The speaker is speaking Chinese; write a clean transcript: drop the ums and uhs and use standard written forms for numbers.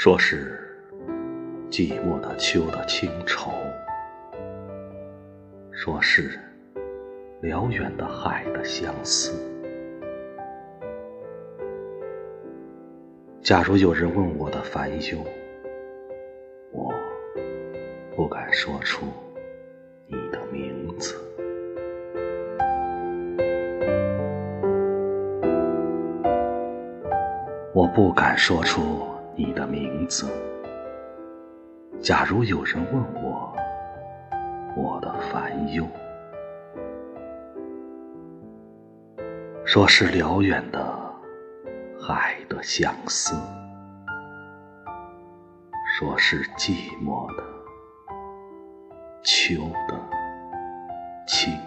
说是寂寞的秋的清愁，说是辽远的海的相思。假如有人问我的烦忧，我不敢说出你的名字。我不敢说出你的名字。假如有人问我的烦忧，说是辽远的海的相思，说是寂寞的秋的清